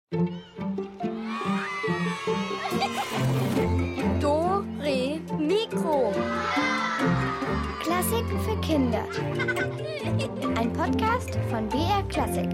Dore Mikro. Klassiken für Kinder. Ein Podcast von BR Klassik.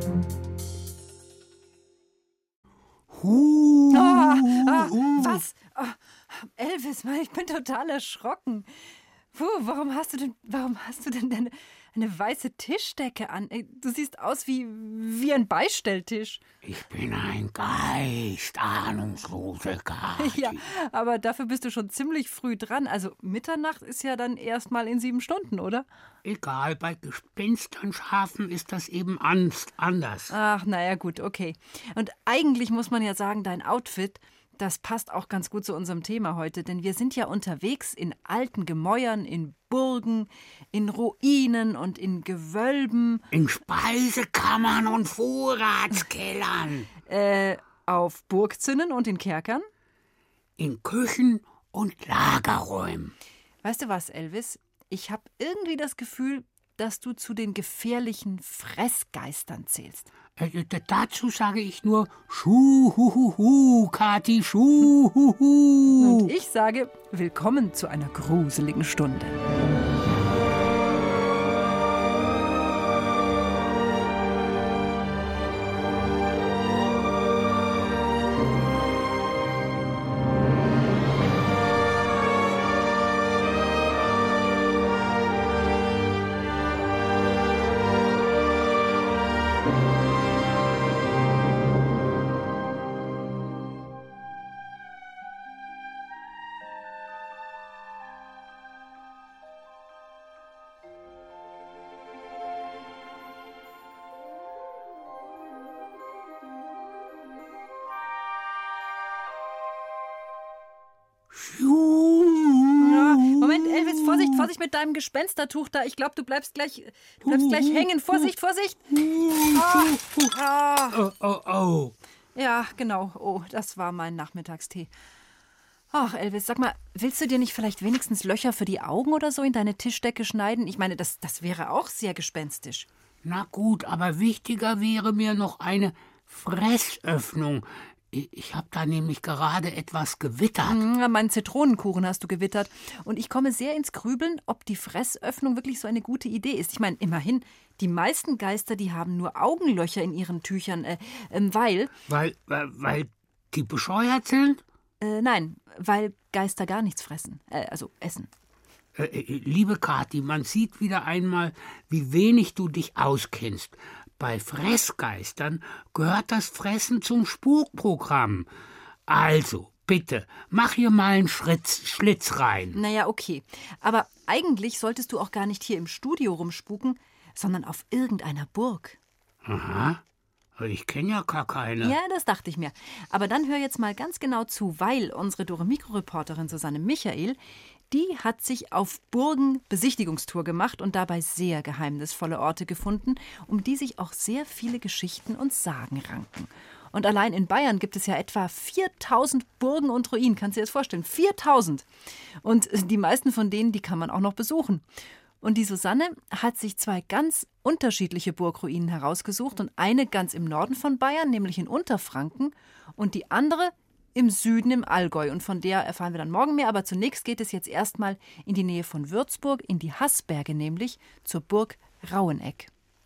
Was? Oh, Elvis, Mann, ich bin total erschrocken. Warum hast du denn eine weiße Tischdecke an? Du siehst aus wie ein Beistelltisch. Ich bin ein Geist, ahnungslose Kathi. Ja, aber dafür bist du schon ziemlich früh dran. Also Mitternacht ist ja dann erst mal in 7 Stunden, oder? Egal, bei Gespenstern schlafen ist das eben anders. Ach, naja, gut, okay. Und eigentlich muss man ja sagen, dein Outfit, das passt auch ganz gut zu unserem Thema heute, denn wir sind ja unterwegs in alten Gemäuern, in Burgen, in Ruinen und in Gewölben. In Speisekammern und Vorratskellern. Auf Burgzinnen und in Kerkern. In Küchen und Lagerräumen. Weißt du was, Elvis? Ich habe irgendwie das Gefühl, dass du zu den gefährlichen Fressgeistern zählst. Dazu sage ich nur Schuhuhuhu, Kathi, Schuhuhu. Und ich sage, willkommen zu einer gruseligen Stunde. Moment, Elvis, Vorsicht mit deinem Gespenstertuch da. Ich glaube, du bleibst gleich hängen. Vorsicht! Oh. Ja, genau. Oh, das war mein Nachmittagstee. Ach, Elvis, sag mal, willst du dir nicht vielleicht wenigstens Löcher für die Augen oder so in deine Tischdecke schneiden? Ich meine, das wäre auch sehr gespenstisch. Na gut, aber wichtiger wäre mir noch eine Fressöffnung. Ich habe da nämlich gerade etwas gewittert. Meinen Zitronenkuchen hast du gewittert. Und ich komme sehr ins Grübeln, ob die Fressöffnung wirklich so eine gute Idee ist. Ich meine, immerhin, die meisten Geister, die haben nur Augenlöcher in ihren Tüchern, weil... Weil die bescheuert sind? Nein, weil Geister gar nichts fressen, also essen. Liebe Kathi, man sieht wieder einmal, wie wenig du dich auskennst. Bei Fressgeistern gehört das Fressen zum Spukprogramm. Also, bitte, mach hier mal einen Schlitz rein. Naja, okay. Aber eigentlich solltest du auch gar nicht hier im Studio rumspuken, sondern auf irgendeiner Burg. Aha. Ich kenne ja gar keine. Ja, das dachte ich mir. Aber dann hör jetzt mal ganz genau zu, weil unsere Dore Mikro-Reporterin Susanne Michael, die hat sich auf Burgen-Besichtigungstour gemacht und dabei sehr geheimnisvolle Orte gefunden, um die sich auch sehr viele Geschichten und Sagen ranken. Und allein in Bayern gibt es ja etwa 4000 Burgen und Ruinen. Kannst du dir das vorstellen? 4000! Und die meisten von denen, die kann man auch noch besuchen. Und die Susanne hat sich 2 ganz unterschiedliche Burgruinen herausgesucht und eine ganz im Norden von Bayern, nämlich in Unterfranken, und die andere im Süden im Allgäu. Und von der erfahren wir dann morgen mehr. Aber zunächst geht es jetzt erstmal in die Nähe von Würzburg, in die Haßberge nämlich, zur Burg Rauenegg.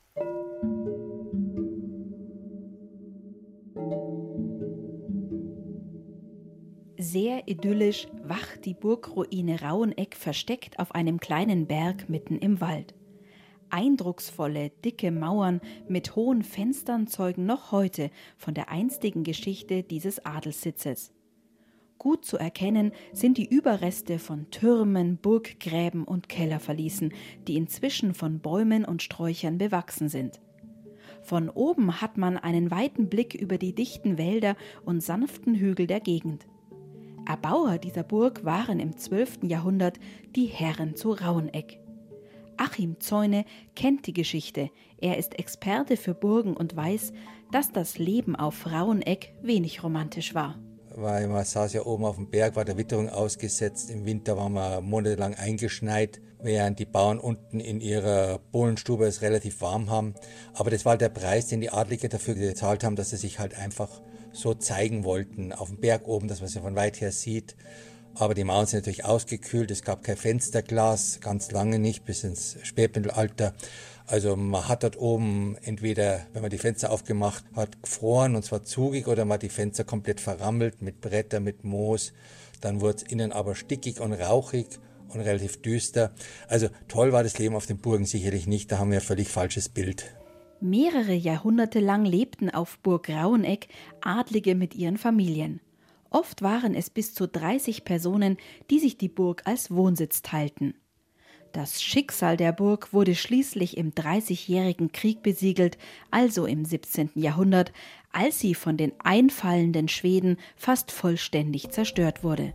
Sehr idyllisch wacht die Burgruine Rauenegg versteckt auf einem kleinen Berg mitten im Wald. Eindrucksvolle, dicke Mauern mit hohen Fenstern zeugen noch heute von der einstigen Geschichte dieses Adelssitzes. Gut zu erkennen sind die Überreste von Türmen, Burggräben und Kellerverließen, die inzwischen von Bäumen und Sträuchern bewachsen sind. Von oben hat man einen weiten Blick über die dichten Wälder und sanften Hügel der Gegend. Erbauer dieser Burg waren im 12. Jahrhundert die Herren zu Rauenegg. Achim Zäune kennt die Geschichte. Er ist Experte für Burgen und weiß, dass das Leben auf Rauenegg wenig romantisch war. weil man saß ja oben auf dem Berg, war der Witterung ausgesetzt. Im Winter waren wir monatelang eingeschneit, während die Bauern unten in ihrer Bohlenstube es relativ warm haben. Aber das war halt der Preis, den die Adlige dafür gezahlt haben, dass sie sich halt einfach so zeigen wollten. Auf dem Berg oben, dass man sie von weit her sieht. Aber die Mauern sind natürlich ausgekühlt, es gab kein Fensterglas, ganz lange nicht, bis ins Spätmittelalter. Also man hat dort oben entweder, wenn man die Fenster aufgemacht hat, gefroren, und zwar zugig, oder man hat die Fenster komplett verrammelt mit Bretter, mit Moos. Dann wurde es innen aber stickig und rauchig und relativ düster. Also toll war das Leben auf den Burgen sicherlich nicht, da haben wir ein völlig falsches Bild. Mehrere Jahrhunderte lang lebten auf Burg Rauheneck Adlige mit ihren Familien. Oft waren es bis zu 30 Personen, die sich die Burg als Wohnsitz teilten. Das Schicksal der Burg wurde schließlich im Dreißigjährigen Krieg besiegelt, also im 17. Jahrhundert, als sie von den einfallenden Schweden fast vollständig zerstört wurde.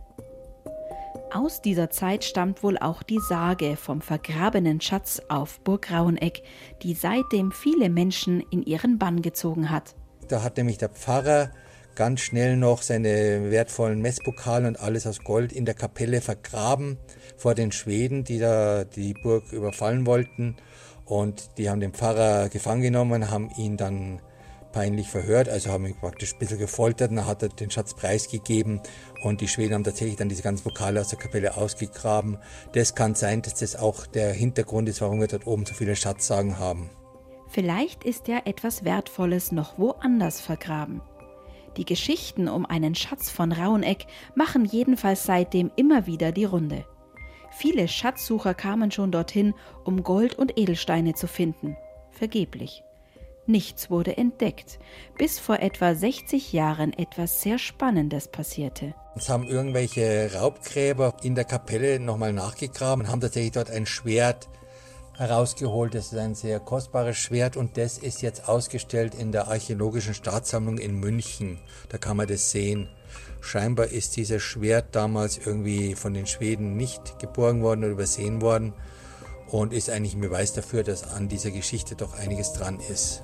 Aus dieser Zeit stammt wohl auch die Sage vom vergrabenen Schatz auf Burg Rauheneck, die seitdem viele Menschen in ihren Bann gezogen hat. Da hat nämlich der Pfarrer ganz schnell noch seine wertvollen Messpokale und alles aus Gold in der Kapelle vergraben vor den Schweden, die da die Burg überfallen wollten. Und die haben den Pfarrer gefangen genommen, haben ihn dann peinlich verhört, also haben ihn praktisch ein bisschen gefoltert. Und dann hat er den Schatz preisgegeben und die Schweden haben tatsächlich dann diese ganzen Pokale aus der Kapelle ausgegraben. Das kann sein, dass das auch der Hintergrund ist, warum wir dort oben so viele Schatzsagen haben. Vielleicht ist ja etwas Wertvolles noch woanders vergraben. Die Geschichten um einen Schatz von Rauheneck machen jedenfalls seitdem immer wieder die Runde. Viele Schatzsucher kamen schon dorthin, um Gold und Edelsteine zu finden. Vergeblich. Nichts wurde entdeckt, bis vor etwa 60 Jahren etwas sehr Spannendes passierte. Es haben irgendwelche Raubgräber in der Kapelle nochmal nachgegraben und haben tatsächlich dort ein Schwert herausgeholt. Das ist ein sehr kostbares Schwert und das ist jetzt ausgestellt in der Archäologischen Staatssammlung in München. Da kann man das sehen. Scheinbar ist dieses Schwert damals irgendwie von den Schweden nicht geborgen worden oder übersehen worden und ist eigentlich ein Beweis dafür, dass an dieser Geschichte doch einiges dran ist.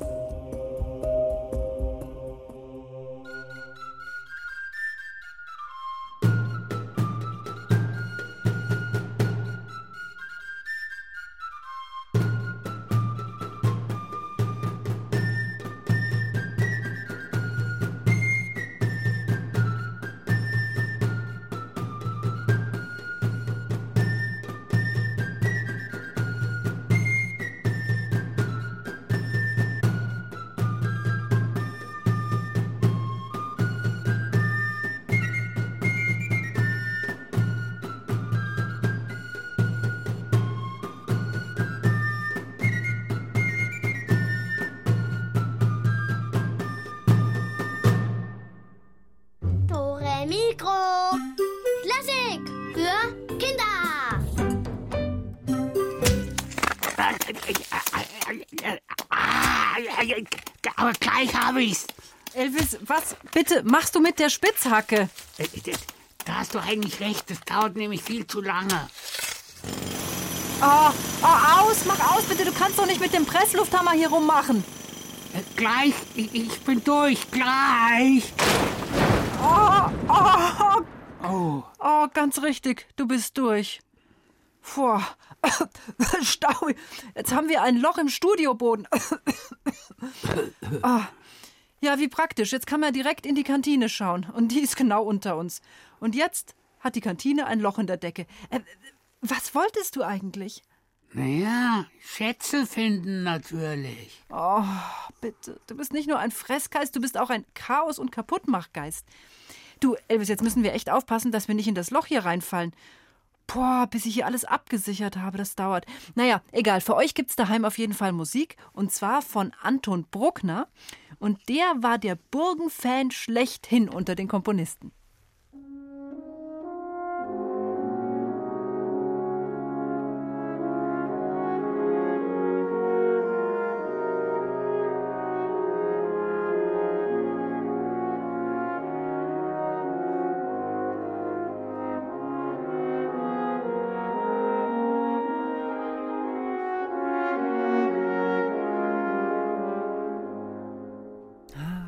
Dore Mikro. Klassik für Kinder. Aber gleich habe ich's. Elvis, was bitte machst du mit der Spitzhacke? Da hast du eigentlich recht, das dauert nämlich viel zu lange. Mach aus, bitte, du kannst doch nicht mit dem Presslufthammer hier rummachen. Gleich, ich bin durch, gleich. Oh, ganz richtig, du bist durch. Puh, Stau, jetzt haben wir ein Loch im Studioboden. Ja, wie praktisch, jetzt kann man direkt in die Kantine schauen und die ist genau unter uns. Und jetzt hat die Kantine ein Loch in der Decke. Was wolltest du eigentlich? Naja, Schätze finden natürlich. Oh, bitte, du bist nicht nur ein Fressgeist, du bist auch ein Chaos- und Kaputtmachgeist. Du, Elvis, jetzt müssen wir echt aufpassen, dass wir nicht in das Loch hier reinfallen. Boah, bis ich hier alles abgesichert habe, das dauert. Naja, egal, für euch gibt's daheim auf jeden Fall Musik. Und zwar von Anton Bruckner. Und der war der Burgenfan schlechthin unter den Komponisten.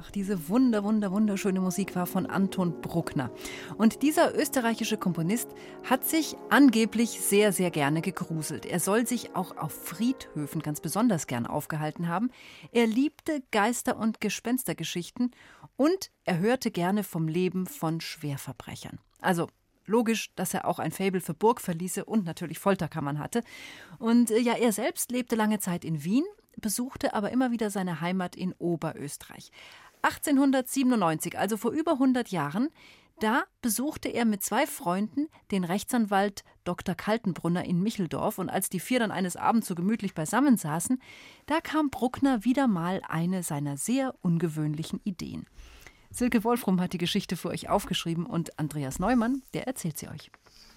diese wunderschöne Musik war von Anton Bruckner. Und dieser österreichische Komponist hat sich angeblich sehr, sehr gerne gegruselt. Er soll sich auch auf Friedhöfen ganz besonders gern aufgehalten haben. Er liebte Geister- und Gespenstergeschichten und er hörte gerne vom Leben von Schwerverbrechern. Also logisch, dass er auch ein Faible für Burgverliese und natürlich Folterkammern hatte. Und er selbst lebte lange Zeit in Wien, besuchte aber immer wieder seine Heimat in Oberösterreich. 1897, also vor über 100 Jahren, da besuchte er mit 2 Freunden den Rechtsanwalt Dr. Kaltenbrunner in Micheldorf. Und als die 4 dann eines Abends so gemütlich beisammen saßen, da kam Bruckner wieder mal eine seiner sehr ungewöhnlichen Ideen. Silke Wolfrum hat die Geschichte für euch aufgeschrieben und Andreas Neumann, der erzählt sie euch.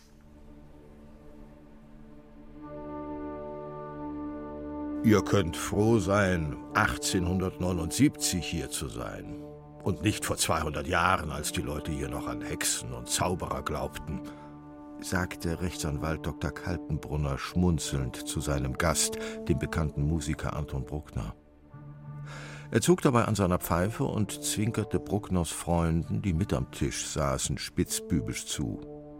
Ihr könnt froh sein, 1879 hier zu sein. Und nicht vor 200 Jahren, als die Leute hier noch an Hexen und Zauberer glaubten, sagte Rechtsanwalt Dr. Kaltenbrunner schmunzelnd zu seinem Gast, dem bekannten Musiker Anton Bruckner. Er zog dabei an seiner Pfeife und zwinkerte Bruckners Freunden, die mit am Tisch saßen, spitzbübisch zu.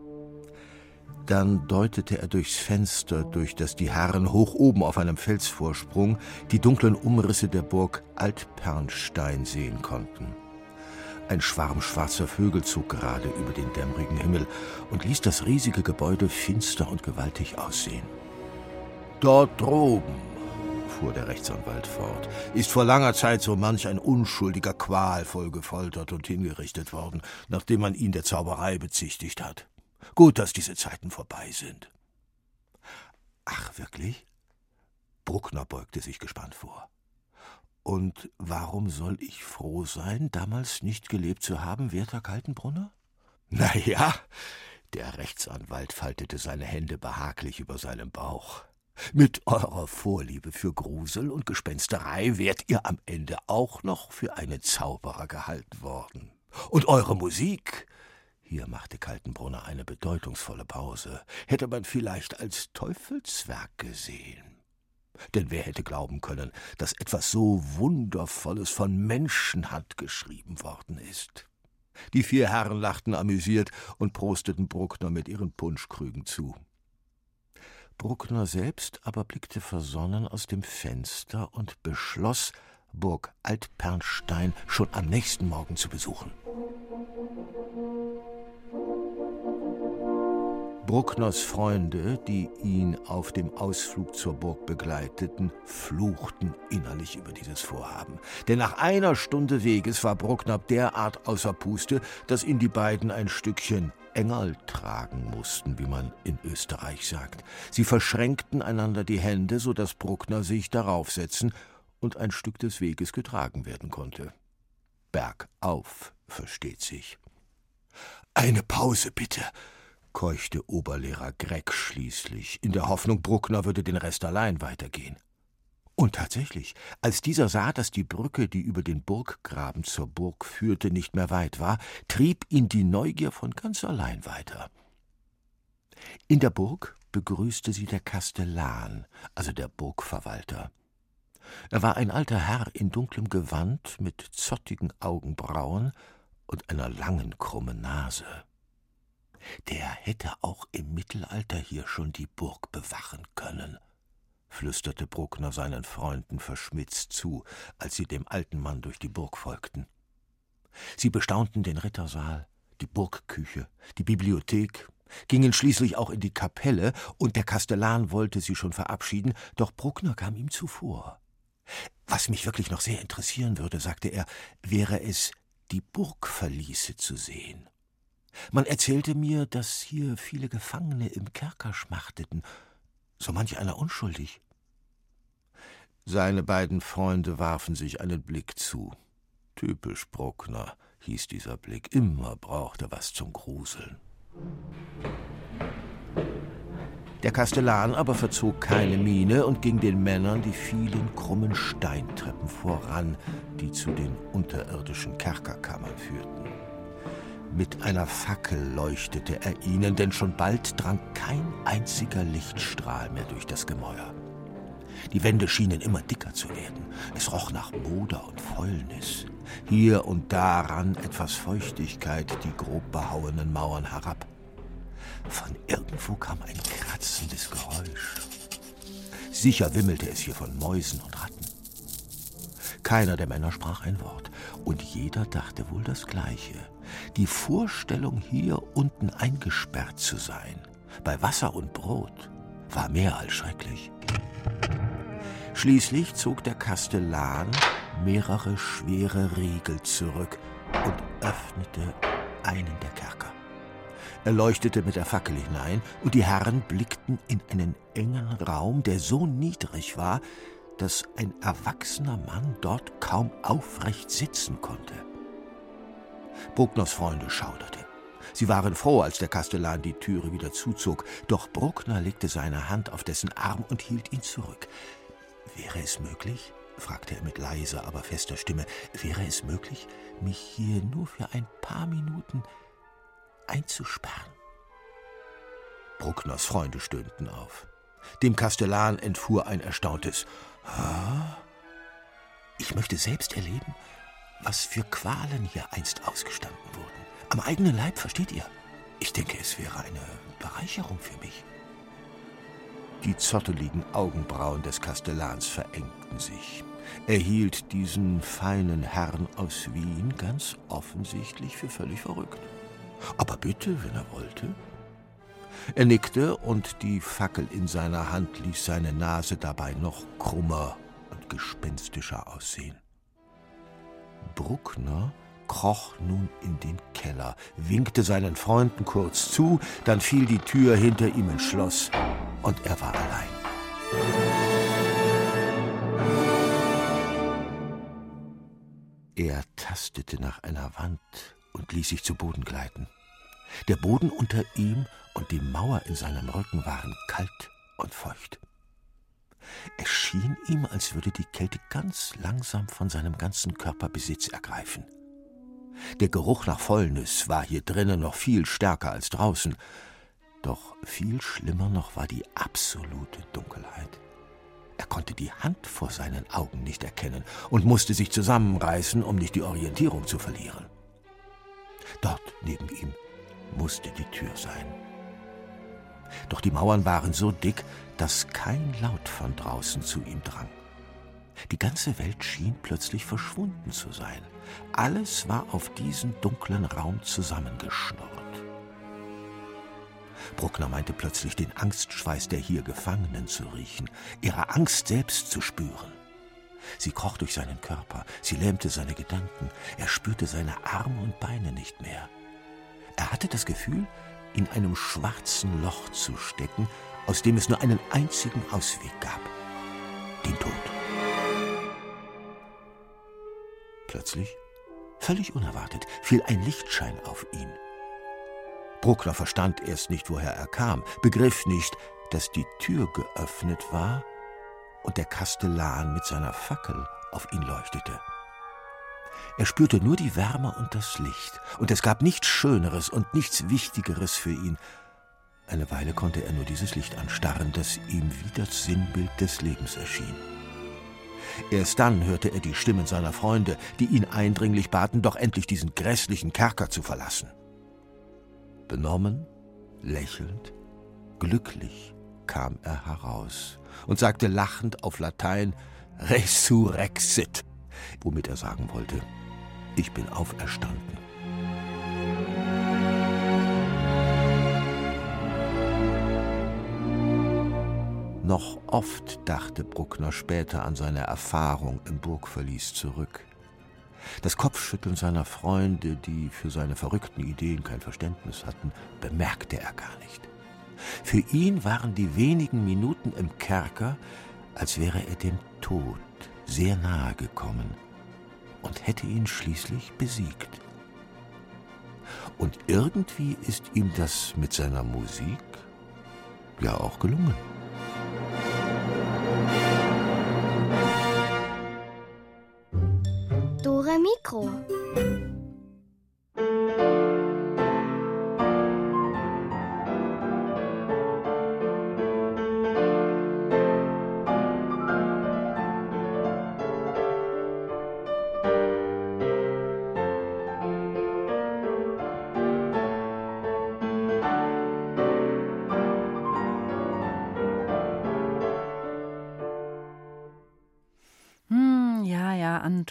Dann deutete er durchs Fenster, durch das die Herren hoch oben auf einem Felsvorsprung die dunklen Umrisse der Burg Altpernstein sehen konnten. Ein Schwarm schwarzer Vögel zog gerade über den dämmerigen Himmel und ließ das riesige Gebäude finster und gewaltig aussehen. »Dort droben«, fuhr der Rechtsanwalt fort, »ist vor langer Zeit so manch ein Unschuldiger qualvoll gefoltert und hingerichtet worden, nachdem man ihn der Zauberei bezichtigt hat. Gut, dass diese Zeiten vorbei sind.« »Ach, wirklich?« Bruckner beugte sich gespannt vor. »Und warum soll ich froh sein, damals nicht gelebt zu haben, werter Kaltenbrunner?« »Na ja«, der Rechtsanwalt faltete seine Hände behaglich über seinem Bauch, »mit eurer Vorliebe für Grusel und Gespensterei wärt ihr am Ende auch noch für einen Zauberer gehalten worden. Und eure Musik«, hier machte Kaltenbrunner eine bedeutungsvolle Pause, »hätte man vielleicht als Teufelswerk gesehen. Denn wer hätte glauben können, dass etwas so Wundervolles von Menschenhand geschrieben worden ist?« Die 4 Herren lachten amüsiert und prosteten Bruckner mit ihren Punschkrügen zu. Bruckner selbst aber blickte versonnen aus dem Fenster und beschloss, Burg Altpernstein schon am nächsten Morgen zu besuchen. Bruckners Freunde, die ihn auf dem Ausflug zur Burg begleiteten, fluchten innerlich über dieses Vorhaben. Denn nach einer Stunde Weges war Bruckner derart außer Puste, dass ihn die beiden ein Stückchen Engerl tragen mussten, wie man in Österreich sagt. Sie verschränkten einander die Hände, so dass Bruckner sich darauf setzen und ein Stück des Weges getragen werden konnte. Bergauf, versteht sich. »Eine Pause, bitte«, keuchte Oberlehrer Gregg schließlich, in der Hoffnung, Bruckner würde den Rest allein weitergehen. Und tatsächlich, als dieser sah, dass die Brücke, die über den Burggraben zur Burg führte, nicht mehr weit war, trieb ihn die Neugier von ganz allein weiter. In der Burg begrüßte sie der Kastellan, also der Burgverwalter. Er war ein alter Herr in dunklem Gewand mit zottigen Augenbrauen und einer langen, krummen Nase. Der hätte auch im Mittelalter hier schon die Burg bewachen können, flüsterte Bruckner seinen Freunden verschmitzt zu, als sie dem alten Mann durch die Burg folgten. Sie bestaunten den Rittersaal, die Burgküche, die Bibliothek, gingen schließlich auch in die Kapelle, und der Kastellan wollte sie schon verabschieden, doch Bruckner kam ihm zuvor. »Was mich wirklich noch sehr interessieren würde«, sagte er, »wäre es, die Burgverliese zu sehen. Man erzählte mir, dass hier viele Gefangene im Kerker schmachteten, so manch einer unschuldig.« Seine beiden Freunde warfen sich einen Blick zu. Typisch Bruckner, hieß dieser Blick, immer brauchte was zum Gruseln. Der Kastellan aber verzog keine Miene und ging den Männern die vielen krummen Steintreppen voran, die zu den unterirdischen Kerkerkammern führten. Mit einer Fackel leuchtete er ihnen, denn schon bald drang kein einziger Lichtstrahl mehr durch das Gemäuer. Die Wände schienen immer dicker zu werden. Es roch nach Moder und Fäulnis. Hier und da rann etwas Feuchtigkeit die grob behauenen Mauern herab. Von irgendwo kam ein kratzendes Geräusch. Sicher wimmelte es hier von Mäusen und Ratten. Keiner der Männer sprach ein Wort, und jeder dachte wohl das Gleiche. Die Vorstellung, hier unten eingesperrt zu sein, bei Wasser und Brot, war mehr als schrecklich. Schließlich zog der Kastellan mehrere schwere Riegel zurück und öffnete einen der Kerker. Er leuchtete mit der Fackel hinein, und die Herren blickten in einen engen Raum, der so niedrig war, dass ein erwachsener Mann dort kaum aufrecht sitzen konnte. Bruckners Freunde schauderten. Sie waren froh, als der Kastellan die Türe wieder zuzog, doch Bruckner legte seine Hand auf dessen Arm und hielt ihn zurück. »Wäre es möglich?« fragte er mit leiser, aber fester Stimme. »Wäre es möglich, mich hier nur für ein paar Minuten einzusperren?« Bruckners Freunde stöhnten auf. Dem Kastellan entfuhr ein erstauntes »Ah? Ich möchte selbst erleben, was für Qualen hier einst ausgestanden wurden. Am eigenen Leib, versteht ihr? Ich denke, es wäre eine Bereicherung für mich.« Die zotteligen Augenbrauen des Kastellans verengten sich. Er hielt diesen feinen Herrn aus Wien ganz offensichtlich für völlig verrückt. Aber bitte, wenn er wollte. Er nickte, und die Fackel in seiner Hand ließ seine Nase dabei noch krummer und gespenstischer aussehen. Bruckner kroch nun in den Keller, winkte seinen Freunden kurz zu, dann fiel die Tür hinter ihm ins Schloss, und er war allein. Er tastete nach einer Wand und ließ sich zu Boden gleiten. Der Boden unter ihm und die Mauer in seinem Rücken waren kalt und feucht. Es schien ihm, als würde die Kälte ganz langsam von seinem ganzen Körper Besitz ergreifen. Der Geruch nach Fäulnis war hier drinnen noch viel stärker als draußen, doch viel schlimmer noch war die absolute Dunkelheit. Er konnte die Hand vor seinen Augen nicht erkennen und musste sich zusammenreißen, um nicht die Orientierung zu verlieren. Dort neben ihm musste die Tür sein. Doch die Mauern waren so dick, dass kein Laut von draußen zu ihm drang. Die ganze Welt schien plötzlich verschwunden zu sein. Alles war auf diesen dunklen Raum zusammengeschnurrt. Bruckner meinte plötzlich, den Angstschweiß der hier Gefangenen zu riechen, ihre Angst selbst zu spüren. Sie kroch durch seinen Körper, sie lähmte seine Gedanken, er spürte seine Arme und Beine nicht mehr. Er hatte das Gefühl, in einem schwarzen Loch zu stecken, aus dem es nur einen einzigen Ausweg gab: den Tod. Plötzlich, völlig unerwartet, fiel ein Lichtschein auf ihn. Bruckner verstand erst nicht, woher er kam, begriff nicht, dass die Tür geöffnet war und der Kastellan mit seiner Fackel auf ihn leuchtete. Er spürte nur die Wärme und das Licht, und es gab nichts Schöneres und nichts Wichtigeres für ihn. Eine Weile konnte er nur dieses Licht anstarren, das ihm wie das Sinnbild des Lebens erschien. Erst dann hörte er die Stimmen seiner Freunde, die ihn eindringlich baten, doch endlich diesen grässlichen Kerker zu verlassen. Benommen, lächelnd, glücklich kam er heraus und sagte lachend auf Latein »Resurrexit«, womit er sagen wollte: Ich bin auferstanden. Noch oft dachte Bruckner später an seine Erfahrung im Burgverlies zurück. Das Kopfschütteln seiner Freunde, die für seine verrückten Ideen kein Verständnis hatten, bemerkte er gar nicht. Für ihn waren die wenigen Minuten im Kerker, als wäre er dem Tod sehr nahe gekommen und hätte ihn schließlich besiegt. Und irgendwie ist ihm das mit seiner Musik ja auch gelungen. Dore Mikro.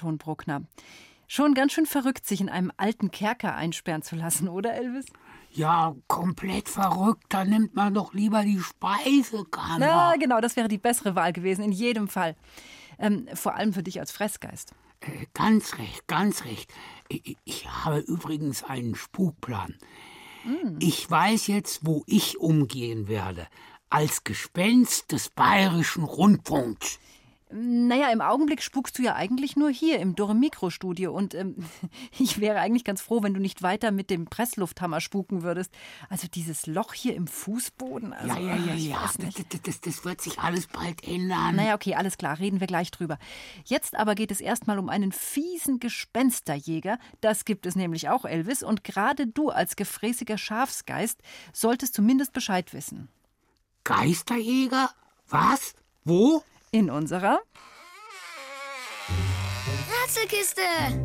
Anton Bruckner. Schon ganz schön verrückt, sich in einem alten Kerker einsperren zu lassen, oder Elvis? Ja, komplett verrückt. Da nimmt man doch lieber die Speisekammer. Na, genau, das wäre die bessere Wahl gewesen, in jedem Fall. Vor allem für dich als Fressgeist. Ganz recht, ganz recht. Ich habe übrigens einen Spukplan. Ich weiß jetzt, wo ich umgehen werde. Als Gespenst des Bayerischen Rundfunks. Naja, im Augenblick spukst du ja eigentlich nur hier im Dore-Mikro-Studio und ich wäre eigentlich ganz froh, wenn du nicht weiter mit dem Presslufthammer spuken würdest. Also dieses Loch hier im Fußboden. Also, Ja. Das wird sich alles bald ändern. Naja, okay, alles klar, reden wir gleich drüber. Jetzt aber geht es erstmal um einen fiesen Gespensterjäger. Das gibt es nämlich auch, Elvis. Und gerade du als gefräßiger Schafsgeist solltest zumindest Bescheid wissen. Geisterjäger? Was? Wo? In unserer Rätselkiste.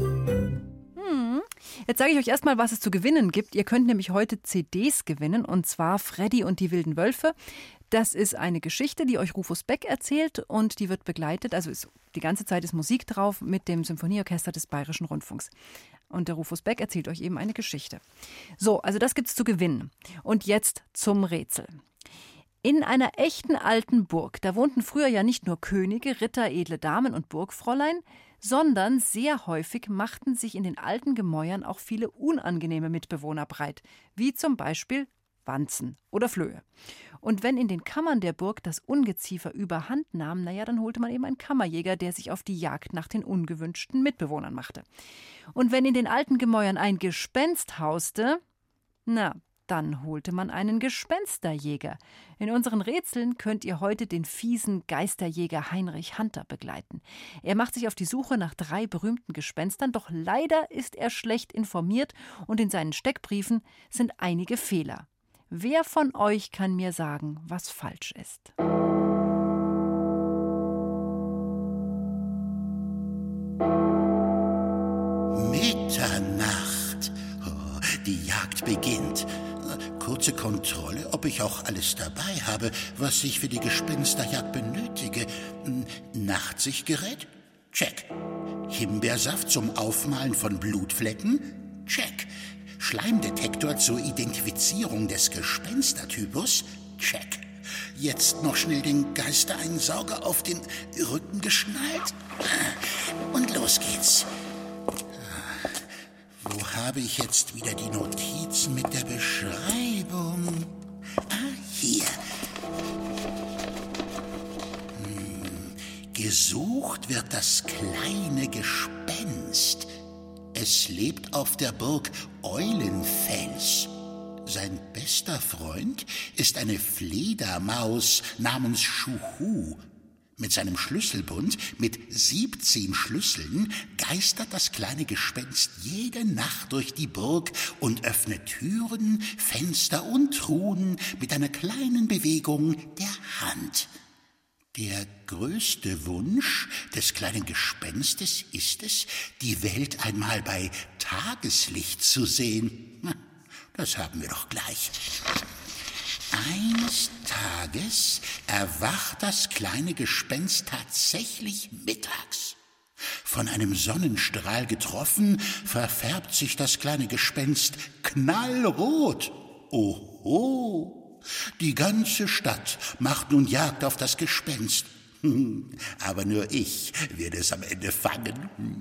Jetzt sage ich euch erstmal, was es zu gewinnen gibt. Ihr könnt nämlich heute CDs gewinnen, und zwar Freddy und die wilden Wölfe. Das ist eine Geschichte, die euch Rufus Beck erzählt, und die wird begleitet, also die ganze Zeit ist Musik drauf, mit dem Symphonieorchester des Bayerischen Rundfunks. Und der Rufus Beck erzählt euch eben eine Geschichte. So, also das gibt's zu gewinnen. Und jetzt zum Rätsel. In einer echten alten Burg, da wohnten früher ja nicht nur Könige, Ritter, edle Damen und Burgfräulein, sondern sehr häufig machten sich in den alten Gemäuern auch viele unangenehme Mitbewohner breit, wie zum Beispiel Wanzen oder Flöhe. Und wenn in den Kammern der Burg das Ungeziefer überhand nahm, dann holte man eben einen Kammerjäger, der sich auf die Jagd nach den ungewünschten Mitbewohnern machte. Und wenn in den alten Gemäuern ein Gespenst hauste, dann holte man einen Gespensterjäger. In unseren Rätseln könnt ihr heute den fiesen Geisterjäger Heinrich Hanter begleiten. Er macht sich auf die Suche nach 3 berühmten Gespenstern, doch leider ist er schlecht informiert und in seinen Steckbriefen sind einige Fehler. Wer von euch kann mir sagen, was falsch ist? Mitternacht. Oh, die Jagd beginnt. Kurze Kontrolle, ob ich auch alles dabei habe, was ich für die Gespensterjagd benötige. Nachtsichtgerät? Check. Himbeersaft zum Aufmalen von Blutflecken? Check. Schleimdetektor zur Identifizierung des Gespenstertypus? Check. Jetzt noch schnell den Geistereinsauger auf den Rücken geschnallt? Und los geht's. Wo habe ich jetzt wieder die Notizen mit der Beschreibung? Hier. Gesucht wird das kleine Gespenst. Es lebt auf der Burg Eulenfels. Sein bester Freund ist eine Fledermaus namens Schuhu. Mit seinem Schlüsselbund mit 17 Schlüsseln geistert das kleine Gespenst jede Nacht durch die Burg und öffnet Türen, Fenster und Truhen mit einer kleinen Bewegung der Hand. Der größte Wunsch des kleinen Gespenstes ist es, die Welt einmal bei Tageslicht zu sehen. Das haben wir doch gleich. Eines Tages erwacht das kleine Gespenst tatsächlich mittags. Von einem Sonnenstrahl getroffen, verfärbt sich das kleine Gespenst knallrot. Oho! Die ganze Stadt macht nun Jagd auf das Gespenst. Aber nur ich werde es am Ende fangen.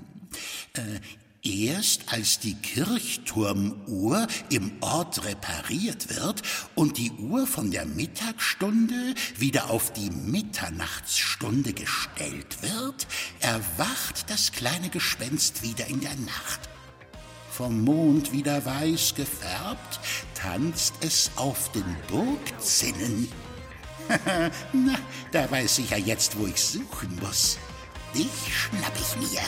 Erst als die Kirchturmuhr im Ort repariert wird und die Uhr von der Mittagsstunde wieder auf die Mitternachtsstunde gestellt wird, erwacht das kleine Gespenst wieder in der Nacht. Vom Mond wieder weiß gefärbt, tanzt es auf den Burgzinnen. Na, da weiß ich ja jetzt, wo ich suchen muss. Dich schnapp ich mir.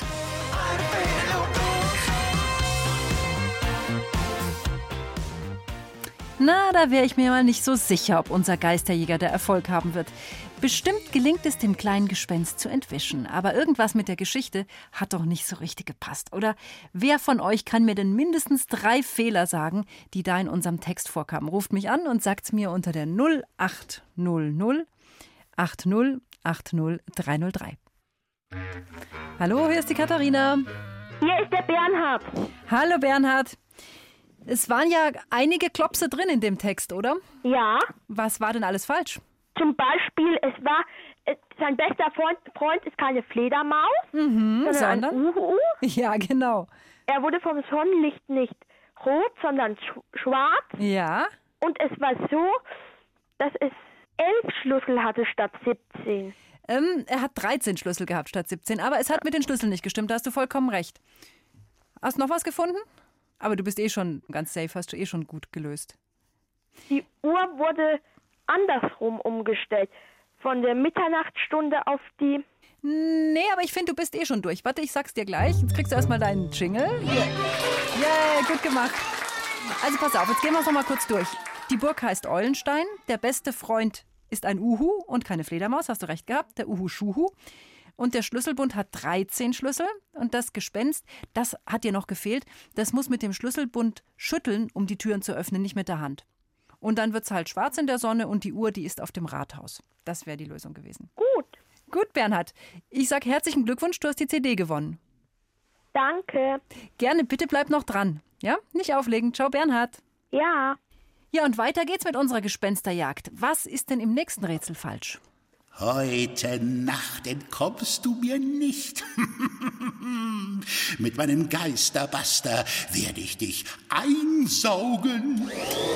Na, da wäre ich mir mal nicht so sicher, ob unser Geisterjäger der Erfolg haben wird. Bestimmt gelingt es dem kleinen Gespenst zu entwischen, aber irgendwas mit der Geschichte hat doch nicht so richtig gepasst, oder? Wer von euch kann mir denn mindestens 3 Fehler sagen, die da in unserem Text vorkamen? Ruft mich an und sagt's mir unter der 0800 80 80 303. Hallo, hier ist die Katharina. Hier ist der Bernhard. Hallo Bernhard. Es waren ja einige Klopse drin in dem Text, oder? Ja, Was war denn alles falsch? zum Beispiel, sein bester Freund ist keine Fledermaus, sondern ein Uhu. Ja, genau. Er wurde vom Sonnenlicht nicht rot, sondern schwarz. Ja. Und es war so, dass es 11 Schlüssel hatte statt 17. Er hat 13 Schlüssel gehabt statt 17, aber es hat mit den Schlüsseln nicht gestimmt, da hast du vollkommen recht. Hast du noch was gefunden? Aber du bist schon ganz safe, hast du schon gut gelöst. Die Uhr wurde andersrum umgestellt. Von der Mitternachtsstunde auf die... Nee, aber ich finde, du bist schon durch. Warte, ich sag's dir gleich. Jetzt kriegst du erstmal deinen Jingle. Yeah, gut gemacht. Also pass auf, jetzt gehen wir es noch mal kurz durch. Die Burg heißt Eulenstein. Der beste Freund ist ein Uhu und keine Fledermaus, hast du recht gehabt. Der Uhu Schuhu. Und der Schlüsselbund hat 13 Schlüssel. Und das Gespenst, das hat dir noch gefehlt. Das muss mit dem Schlüsselbund schütteln, um die Türen zu öffnen, nicht mit der Hand. Und dann wird's halt schwarz in der Sonne und die Uhr, die ist auf dem Rathaus. Das wäre die Lösung gewesen. Gut, Bernhard. Ich sag herzlichen Glückwunsch, du hast die CD gewonnen. Danke. Gerne, bitte bleib noch dran. Ja, nicht auflegen. Ciao, Bernhard. Ja. Ja, und weiter geht's mit unserer Gespensterjagd. Was ist denn im nächsten Rätsel falsch? Heute Nacht entkommst du mir nicht. Mit meinem Geisterbuster werde ich dich einsaugen.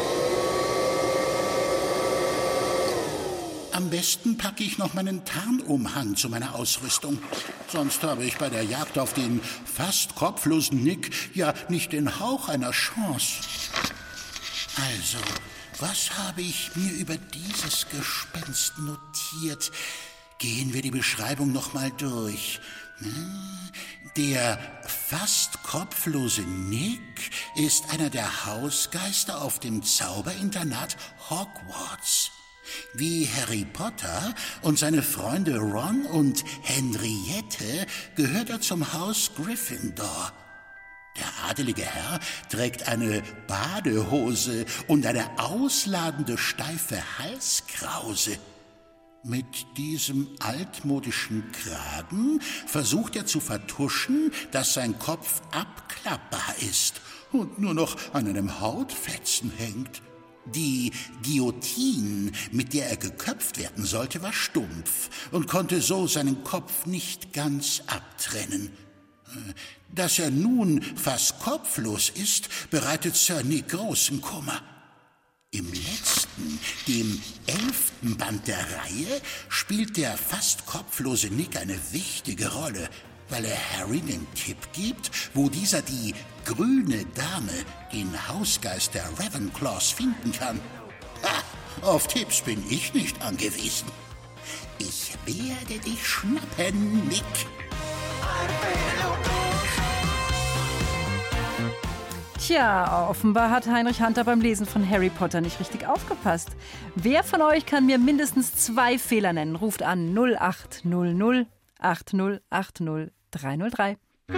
Am besten packe ich noch meinen Tarnumhang zu meiner Ausrüstung. Sonst habe ich bei der Jagd auf den fast kopflosen Nick ja nicht den Hauch einer Chance. Also, was habe ich mir über dieses Gespenst notiert? Gehen wir die Beschreibung noch mal durch. Der fast kopflose Nick ist einer der Hausgeister auf dem Zauberinternat Hogwarts. Wie Harry Potter und seine Freunde Ron und Henriette gehört er zum Haus Gryffindor. Der adelige Herr trägt eine Badehose und eine ausladende steife Halskrause. Mit diesem altmodischen Kragen versucht er zu vertuschen, dass sein Kopf abklappbar ist und nur noch an einem Hautfetzen hängt. Die Guillotine, mit der er geköpft werden sollte, war stumpf und konnte so seinen Kopf nicht ganz abtrennen. Dass er nun fast kopflos ist, bereitet Sir Nick großen Kummer. Im letzten, dem 11. Band der Reihe, spielt der fast kopflose Nick eine wichtige Rolle, weil er Harry den Tipp gibt, wo dieser die grüne Dame, den Hausgeist der Ravenclaws, finden kann. Ha, auf Tipps bin ich nicht angewiesen. Ich werde dich schnappen, Nick. Tja, offenbar hat Heinrich Hunter beim Lesen von Harry Potter nicht richtig aufgepasst. Wer von euch kann mir mindestens 2 Fehler nennen? Ruft an 0800 8080 303.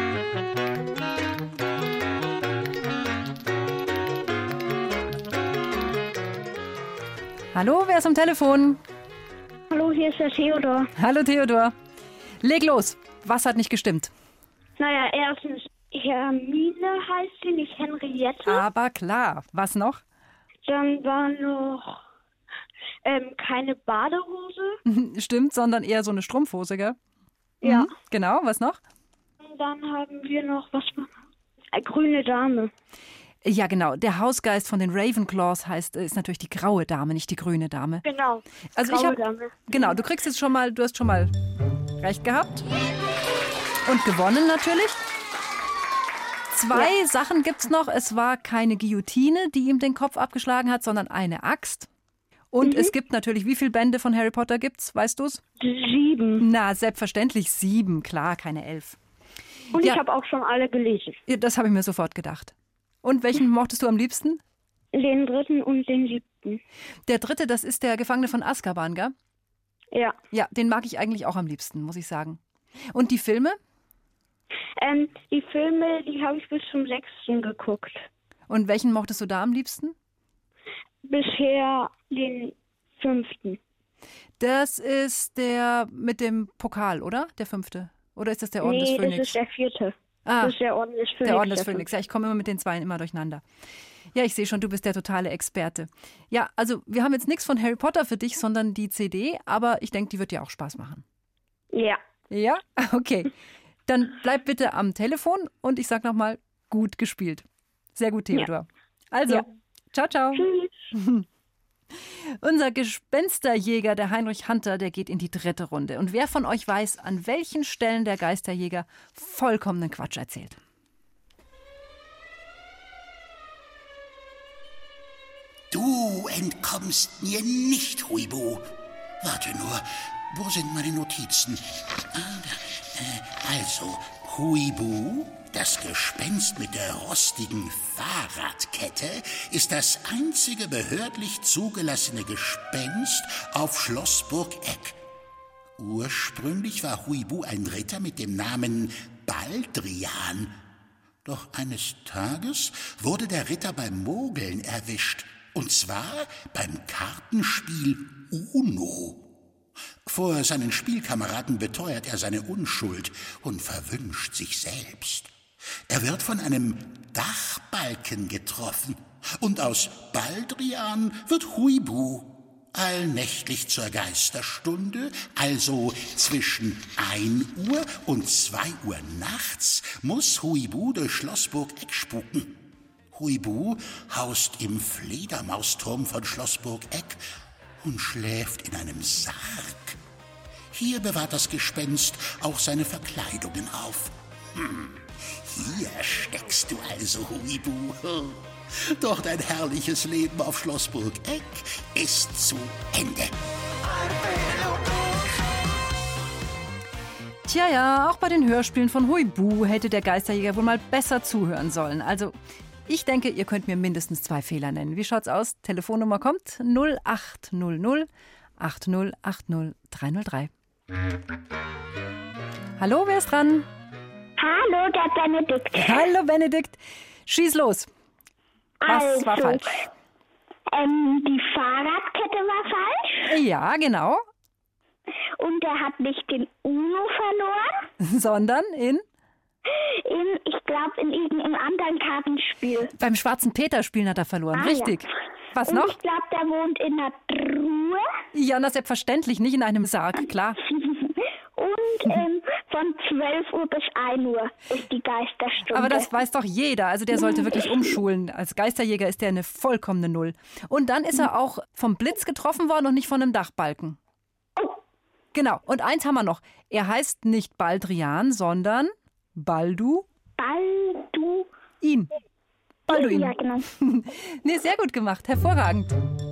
Hallo, wer ist am Telefon? Hallo, hier ist der Theodor. Hallo Theodor. Leg los. Was hat nicht gestimmt? Naja, erstens, Hermine heißt sie, nicht Henriette. Aber klar. Was noch? Dann war noch keine Badehose. Stimmt, sondern eher so eine Strumpfhose, gell? Ja. Mhm, genau, was noch? Und dann haben wir noch, was war grüne Dame. Ja, genau. Der Hausgeist von den Ravenclaws ist natürlich die graue Dame, nicht die grüne Dame. Genau. Also graue Dame. Genau, du hast schon mal recht gehabt. Und gewonnen natürlich. 2 Sachen gibt's noch. Es war keine Guillotine, die ihm den Kopf abgeschlagen hat, sondern eine Axt. Und es gibt natürlich, wie viele Bände von Harry Potter gibt's? Weißt du's? 7. Na, selbstverständlich 7. Klar, keine 11. Und ich habe auch schon alle gelesen. Ja, das habe ich mir sofort gedacht. Und welchen mochtest du am liebsten? Den 3. und den 7. Der 3., das ist der Gefangene von Azkaban, gell? Ja. Ja, den mag ich eigentlich auch am liebsten, muss ich sagen. Und die Filme? Die Filme, die habe ich bis zum 6. geguckt. Und welchen mochtest du da am liebsten? Bisher den 5. Das ist der mit dem Pokal, oder? Der 5. Oder ist das der Orden des Nee, Phönix? das ist der 4. Ah, Das ist der Orden des Phönix. der Orden des der Phönix. Ja, ich komme immer mit den Zweien immer durcheinander. Ja, ich sehe schon, du bist der totale Experte. Ja, also wir haben jetzt nichts von Harry Potter für dich, sondern die CD, aber ich denke, die wird dir auch Spaß machen. Ja. Ja? Okay. Dann bleib bitte am Telefon und ich sag nochmal, gut gespielt. Sehr gut, Theodor. Also, ciao, ciao. Tschüss. Unser Gespensterjäger, der Heinrich Hunter, der geht in die 3. Runde. Und wer von euch weiß, an welchen Stellen der Geisterjäger vollkommenen Quatsch erzählt? Du entkommst mir nicht, Huibu. Warte nur, wo sind meine Notizen? Also, Huibu, das Gespenst mit der rostigen Fahrradkette, ist das einzige behördlich zugelassene Gespenst auf Schlossburg Eck. Ursprünglich war Huibu ein Ritter mit dem Namen Baldrian. Doch eines Tages wurde der Ritter beim Mogeln erwischt. Und zwar beim Kartenspiel Uno. Vor seinen Spielkameraden beteuert er seine Unschuld und verwünscht sich selbst. Er wird von einem Dachbalken getroffen und aus Baldrian wird Huibu. Allnächtlich zur Geisterstunde, also zwischen 1 Uhr und 2 Uhr nachts, muss Huibu durch Schlossburg Eck spuken. Huibu haust im Fledermausturm von Schlossburg Eck und schläft in einem Sarg. Hier bewahrt das Gespenst auch seine Verkleidungen auf. Hier steckst du also, Huibu. Doch dein herrliches Leben auf Schlossburg Eck ist zu Ende. Tja, ja, auch bei den Hörspielen von Huibu hätte der Geisterjäger wohl mal besser zuhören sollen. Also, ich denke, ihr könnt mir mindestens 2 Fehler nennen. Wie schaut's aus? Telefonnummer kommt 0800 8080 303. Hallo, wer ist dran? Hallo, der Benedikt. Hallo, Benedikt. Schieß los. Was war falsch? Die Fahrradkette war falsch. Ja, genau. Und er hat nicht den Uno verloren. Sondern Ich glaube, in irgendeinem anderen Kartenspiel. beim Schwarzen Peter-Spielen hat er verloren. Richtig. Ja. Was Und noch? ich glaube, der wohnt in der Truhe. Ja, na, selbstverständlich, nicht in einem Sarg, klar. Und von 12 Uhr bis 1 Uhr ist die Geisterstunde. Aber das weiß doch jeder. Also der sollte wirklich umschulen. Als Geisterjäger ist der eine vollkommene Null. Und dann ist er auch vom Blitz getroffen worden und nicht von einem Dachbalken. Genau. Und eins haben wir noch. Er heißt nicht Baldrian, sondern Balduin. Balduin. Ja, genau. Nee, sehr gut gemacht. Hervorragend.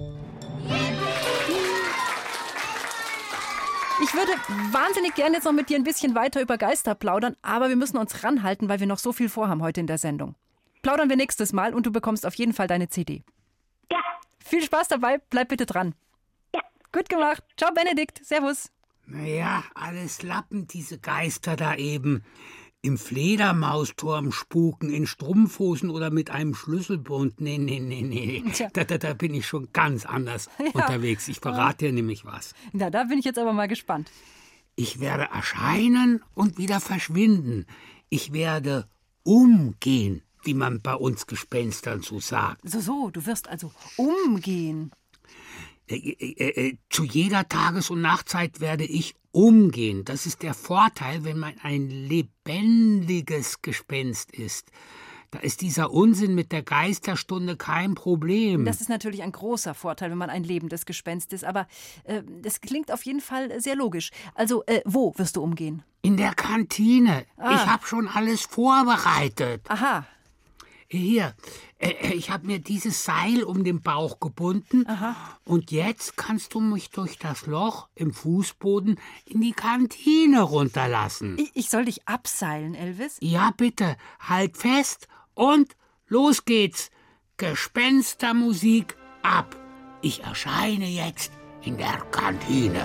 Ich würde wahnsinnig gerne jetzt noch mit dir ein bisschen weiter über Geister plaudern, aber wir müssen uns ranhalten, weil wir noch so viel vorhaben heute in der Sendung. Plaudern wir nächstes Mal und du bekommst auf jeden Fall deine CD. Ja. Viel Spaß dabei, bleib bitte dran. Ja. Gut gemacht. Ciao, Benedikt. Servus. Naja, alles Lappen, diese Geister da eben. Im Fledermausturm spuken, in Strumpfhosen oder mit einem Schlüsselbund. Nee. Tja. Da bin ich schon ganz anders unterwegs. Ich verrate dir nämlich was. Na, da bin ich jetzt aber mal gespannt. Ich werde erscheinen und wieder verschwinden. Ich werde umgehen, wie man bei uns Gespenstern so sagt. So, du wirst also umgehen. Zu jeder Tages- und Nachtzeit werde ich umgehen. Das ist der Vorteil, wenn man ein lebendiges Gespenst ist. Da ist dieser Unsinn mit der Geisterstunde kein Problem. Das ist natürlich ein großer Vorteil, wenn man ein lebendes Gespenst ist. Aber das klingt auf jeden Fall sehr logisch. Also, wo wirst du umgehen? In der Kantine. Ich habe schon alles vorbereitet. Aha. Hier, ich habe mir dieses Seil um den Bauch gebunden. Aha. Und jetzt kannst du mich durch das Loch im Fußboden in die Kantine runterlassen. Ich soll dich abseilen, Elvis? Ja, bitte, halt fest und los geht's. Gespenstermusik ab. Ich erscheine jetzt in der Kantine.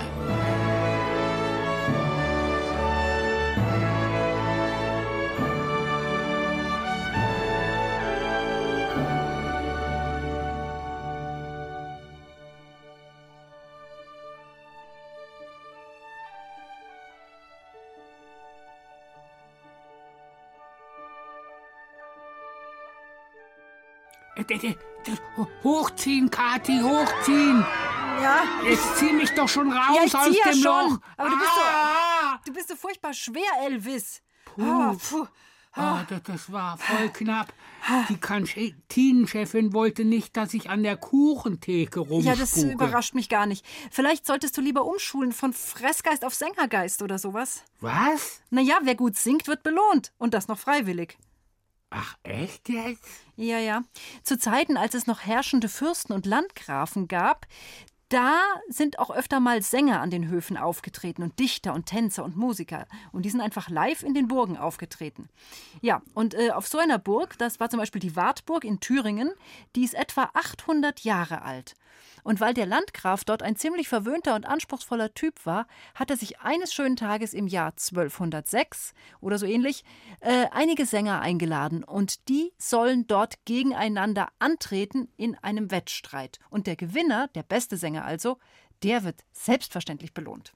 Hochziehen, Kathi, hochziehen! Ja. Jetzt zieh mich doch schon raus Ja, ich aus zieh ja dem schon. Loch! Aber du bist so furchtbar schwer, Elvis. Puh. Das war voll knapp. Die Kantinenchefin wollte nicht, dass ich an der Kuchentheke rumspuke. Ja, das überrascht mich gar nicht. Vielleicht solltest du lieber umschulen von Fressgeist auf Sängergeist oder sowas. Was? Naja, wer gut singt, wird belohnt. Und das noch freiwillig. Ach, echt jetzt? Ja. Zu Zeiten, als es noch herrschende Fürsten und Landgrafen gab, da sind auch öfter mal Sänger an den Höfen aufgetreten und Dichter und Tänzer und Musiker. Und die sind einfach live in den Burgen aufgetreten. Ja, und auf so einer Burg, das war zum Beispiel die Wartburg in Thüringen, die ist etwa 800 Jahre alt. Und weil der Landgraf dort ein ziemlich verwöhnter und anspruchsvoller Typ war, hat er sich eines schönen Tages im Jahr 1206 oder so ähnlich einige Sänger eingeladen. Und die sollen dort gegeneinander antreten in einem Wettstreit. Und der Gewinner, der beste Sänger also, der wird selbstverständlich belohnt.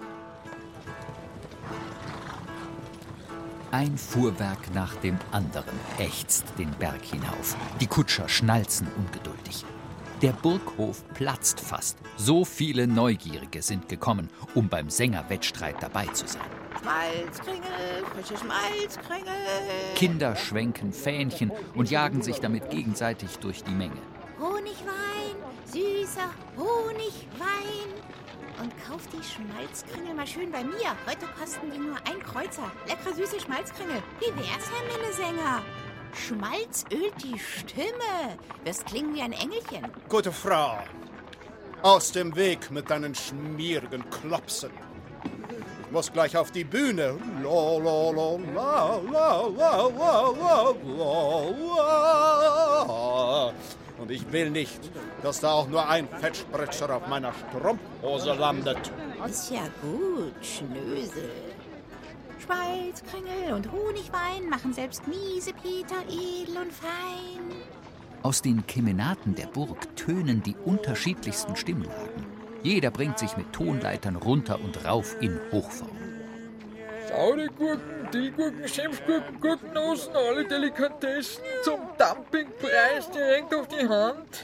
Ein Fuhrwerk nach dem anderen ächzt den Berg hinauf. Die Kutscher schnalzen ungeduldig. Der Burghof platzt fast. So viele Neugierige sind gekommen, um beim Sängerwettstreit dabei zu sein. Schmalzkringel, frische Schmalzkringel. Kinder schwenken Fähnchen und jagen sich damit gegenseitig durch die Menge. Honigwein, süßer Honigwein. Und kauft die Schmalzkringel mal schön bei mir. Heute kosten die nur 1 Kreuzer. Leckere, süße Schmalzkringel. Wie wär's, Herr Minnesänger? Schmalz ölt die Stimme. Wirst klingen wie ein Engelchen. Gute Frau, aus dem Weg mit deinen schmierigen Klopsen. Ich muss gleich auf die Bühne. La, la, la, la, la, la, la, la, la. Und ich will nicht, dass da auch nur ein Fettspritzer auf meiner Strumpfhose landet. Ist ja gut, Schnösel. Schmalzkringel und Honigwein machen selbst Miesepeter edel und fein. Aus den Kemenaten der Burg tönen die unterschiedlichsten Stimmlagen. Jeder bringt sich mit Tonleitern runter und rauf in Hochform. Saure Gurken, Dillgurken, Senfgurken, Gurkennussen, alle Delikatessen zum Dumpingpreis direkt auf die Hand.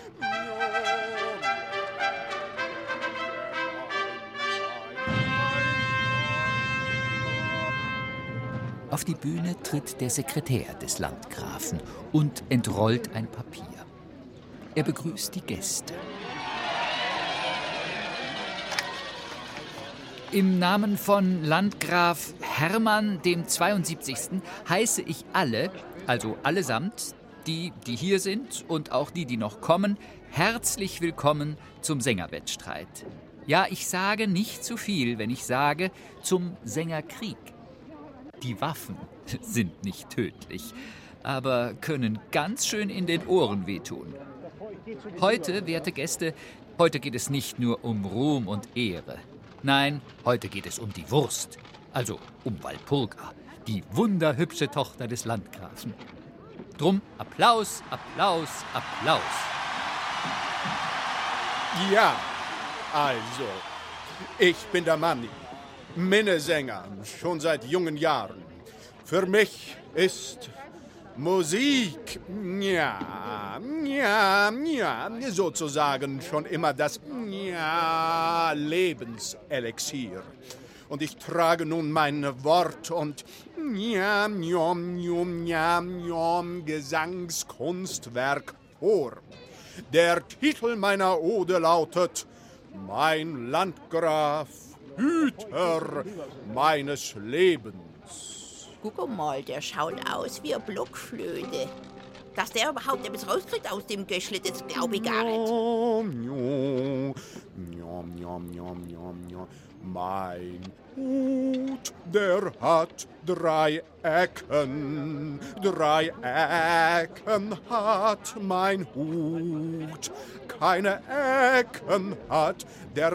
Auf die Bühne tritt der Sekretär des Landgrafen und entrollt ein Papier. Er begrüßt die Gäste. Im Namen von Landgraf Hermann dem 72. heiße ich alle, also allesamt, die hier sind und auch die noch kommen, herzlich willkommen zum Sängerwettstreit. Ja, ich sage nicht zu viel, wenn ich sage, zum Sängerkrieg. Die Waffen sind nicht tödlich, aber können ganz schön in den Ohren wehtun. Heute, werte Gäste, heute geht es nicht nur um Ruhm und Ehre. Nein, heute geht es um die Wurst, also um Walpurga, die wunderhübsche Tochter des Landgrafen. Drum Applaus, Applaus, Applaus. Ja, also, ich bin der Manni. Minnesänger, schon seit jungen Jahren. Für mich ist Musik, sozusagen schon immer das Lebenselixier. Und ich trage nun mein Wort und Gesangskunstwerk vor. Der Titel meiner Ode lautet Mein Landgraf, Hüter meines Lebens. Guck mal, der schaut aus wie eine Blockflöte. Dass der überhaupt etwas rauskriegt aus dem Geschlitt, das glaube ich gar nicht. Mein Hut, der hat 3 Ecken. 3 Ecken hat mein Hut. Keine Ecken hat der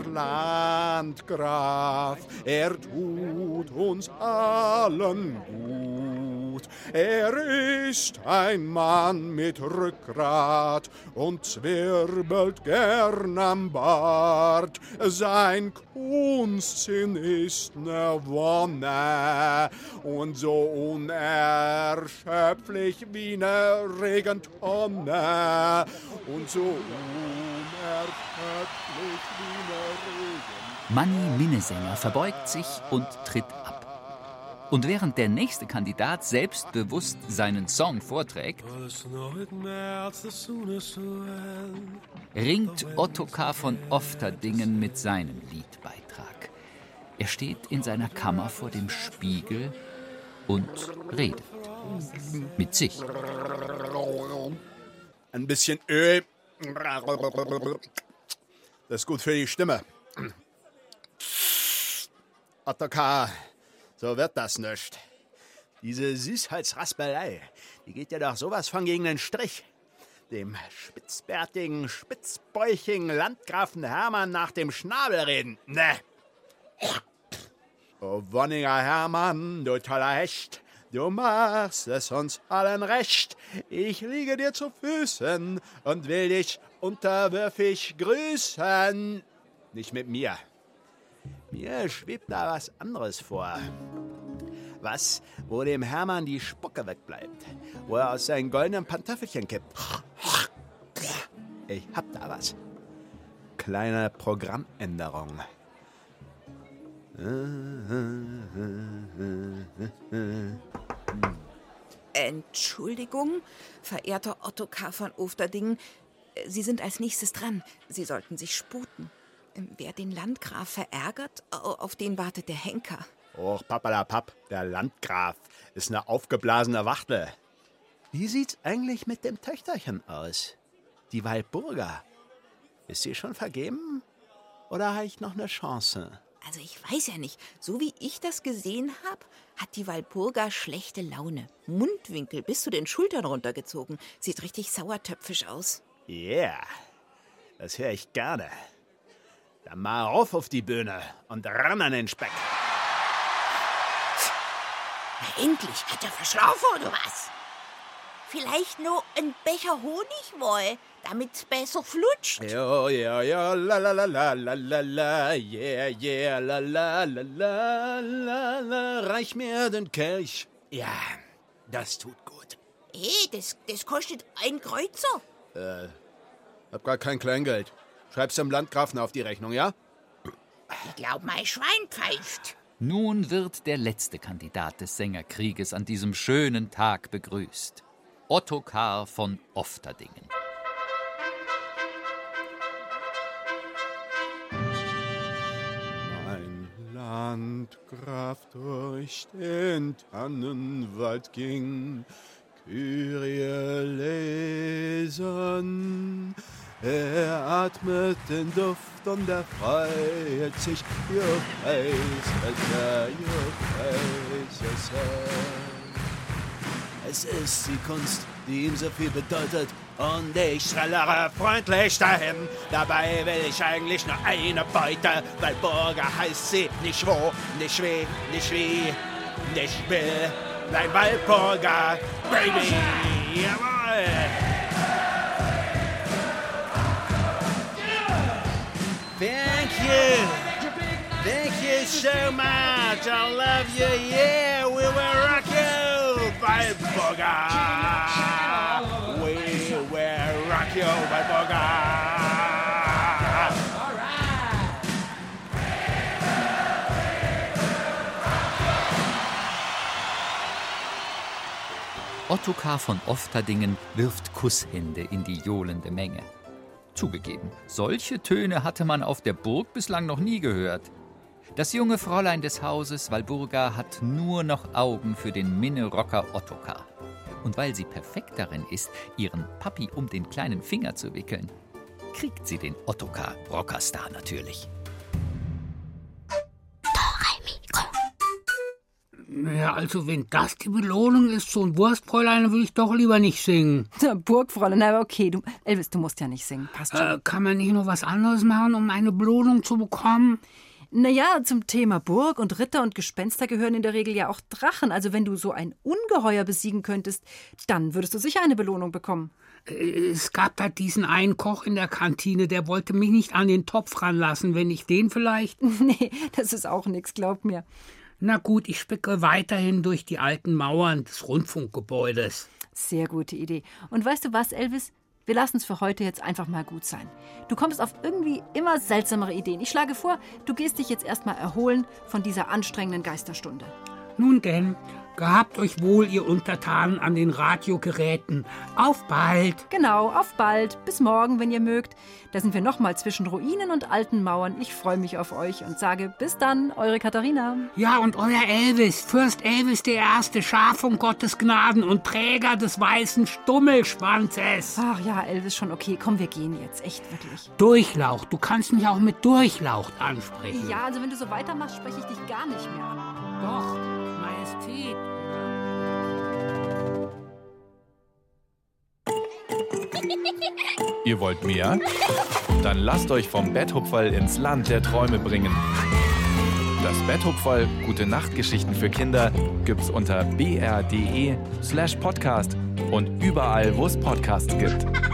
Landgraf. Er tut uns allen gut. gut. Er ist ein Mann mit Rückgrat und zwirbelt gern am Bart. Sein Kunstsinn ist ne Wonne und so unerschöpflich wie ne Regentonne. Und so unerschöpflich wie ne Regentonne. Manni Minnesänger verbeugt sich und tritt ab. Und während der nächste Kandidat selbstbewusst seinen Song vorträgt, ringt Ottokar von Ofterdingen mit seinem Liedbeitrag. Er steht in seiner Kammer vor dem Spiegel und redet. Mit sich. Ein bisschen Öl. Das ist gut für die Stimme. Ottokar, so wird das nicht. Diese Süßholzraspelei, die geht ja doch sowas von gegen den Strich. Dem spitzbärtigen, spitzbäuchigen Landgrafen Hermann nach dem Schnabel reden. Ne. Oh, wonniger Hermann, du toller Hecht, du machst es uns allen recht. Ich liege dir zu Füßen und will dich unterwürfig grüßen. Nicht mit mir. Mir schwebt da was anderes vor. Was, wo dem Hermann die Spucke wegbleibt, wo er aus seinen goldenen Pantöffelchen kippt. Ich hab da was. Kleine Programmänderung. Entschuldigung, verehrter Ottokar von Ofterdingen, Sie sind als nächstes dran. Sie sollten sich sputen. Wer den Landgraf verärgert, auf den wartet der Henker. Och, papalapap, der Landgraf ist eine aufgeblasene Wachtel. Wie sieht's eigentlich mit dem Töchterchen aus? Die Walpurga. Ist sie schon vergeben? Oder habe ich noch eine Chance? Also ich weiß ja nicht. So wie ich das gesehen habe, hat die Walpurga schlechte Laune. Mundwinkel bis zu den Schultern runtergezogen. Sieht richtig sauertöpfisch aus. Yeah, das höre ich gerne. Dann mal rauf auf die Bühne und ran an den Speck. Na endlich, hat er verschlafen oder was? Vielleicht nur ein Becher Honig wohl, damit's besser flutscht. Ja, ja, ja, la la la la la la la, yeah, yeah, la la la la la la, reich mir den Kelch. Ja, das tut gut. Das kostet ein Kreuzer. Hab gar kein Kleingeld. Schreib's dem Landgrafen auf die Rechnung, ja? Ich glaub, mein Schwein pfeift. Nun wird der letzte Kandidat des Sängerkrieges an diesem schönen Tag begrüßt. Ottokar von Ofterdingen. Mein Landgraf durch den Tannenwald ging, Kyrie lesen. Er atmet den Duft und er freut sich. Your face, your face, es ist die Kunst, die ihm so viel bedeutet. Und ich schrällere freundlich dahin. Dabei will ich eigentlich nur eine Beute. Weil Burger heißt sie nicht wo, nicht wie, nicht wie, nicht will. Bleib Walpurga, Baby, jawohl. Thank you so much. I love you, yeah, we will rock you, Walpurga. We will rock you, Walpurga. Ottokar von Ofterdingen wirft Kusshände in die johlende Menge. Zugegeben, solche Töne hatte man auf der Burg bislang noch nie gehört. Das junge Fräulein des Hauses Walpurga hat nur noch Augen für den Minnerocker Ottokar. Und weil sie perfekt darin ist, ihren Papi um den kleinen Finger zu wickeln, kriegt sie den Ottokar Rockerstar natürlich. Naja, also wenn das die Belohnung ist, so ein Wurstfräulein, will ich doch lieber nicht singen. Burgfräulein, aber okay, Elvis, du musst ja nicht singen. Passt schon. Kann man nicht noch was anderes machen, um eine Belohnung zu bekommen? Naja, zum Thema Burg und Ritter und Gespenster gehören in der Regel ja auch Drachen. Also wenn du so ein Ungeheuer besiegen könntest, dann würdest du sicher eine Belohnung bekommen. Es gab da diesen einen Koch in der Kantine, der wollte mich nicht an den Topf ranlassen. Wenn ich den vielleicht... Nee, das ist auch nichts, glaub mir. Na gut, ich spicke weiterhin durch die alten Mauern des Rundfunkgebäudes. Sehr gute Idee. Und weißt du was, Elvis? Wir lassen es für heute jetzt einfach mal gut sein. Du kommst auf irgendwie immer seltsamere Ideen. Ich schlage vor, du gehst dich jetzt erstmal erholen von dieser anstrengenden Geisterstunde. Nun denn, gehabt euch wohl, ihr Untertanen an den Radiogeräten. Auf bald! Genau, auf bald. Bis morgen, wenn ihr mögt. Da sind wir nochmal zwischen Ruinen und alten Mauern. Ich freue mich auf euch und sage bis dann, eure Katharina. Ja, und euer Elvis, Fürst Elvis I., Schaf von Gottes Gnaden und Träger des weißen Stummelschwanzes. Ach ja, Elvis, schon okay. Komm, wir gehen jetzt. Echt, wirklich. Durchlaucht. Du kannst mich auch mit Durchlaucht ansprechen. Ja, also wenn du so weitermachst, spreche ich dich gar nicht mehr an. Doch, Majestät. Ihr wollt mehr? Dann lasst euch vom Betthupferl ins Land der Träume bringen. Das Betthupferl, gute Nachtgeschichten für Kinder, gibt's unter br.de/podcast und überall, wo es Podcasts gibt.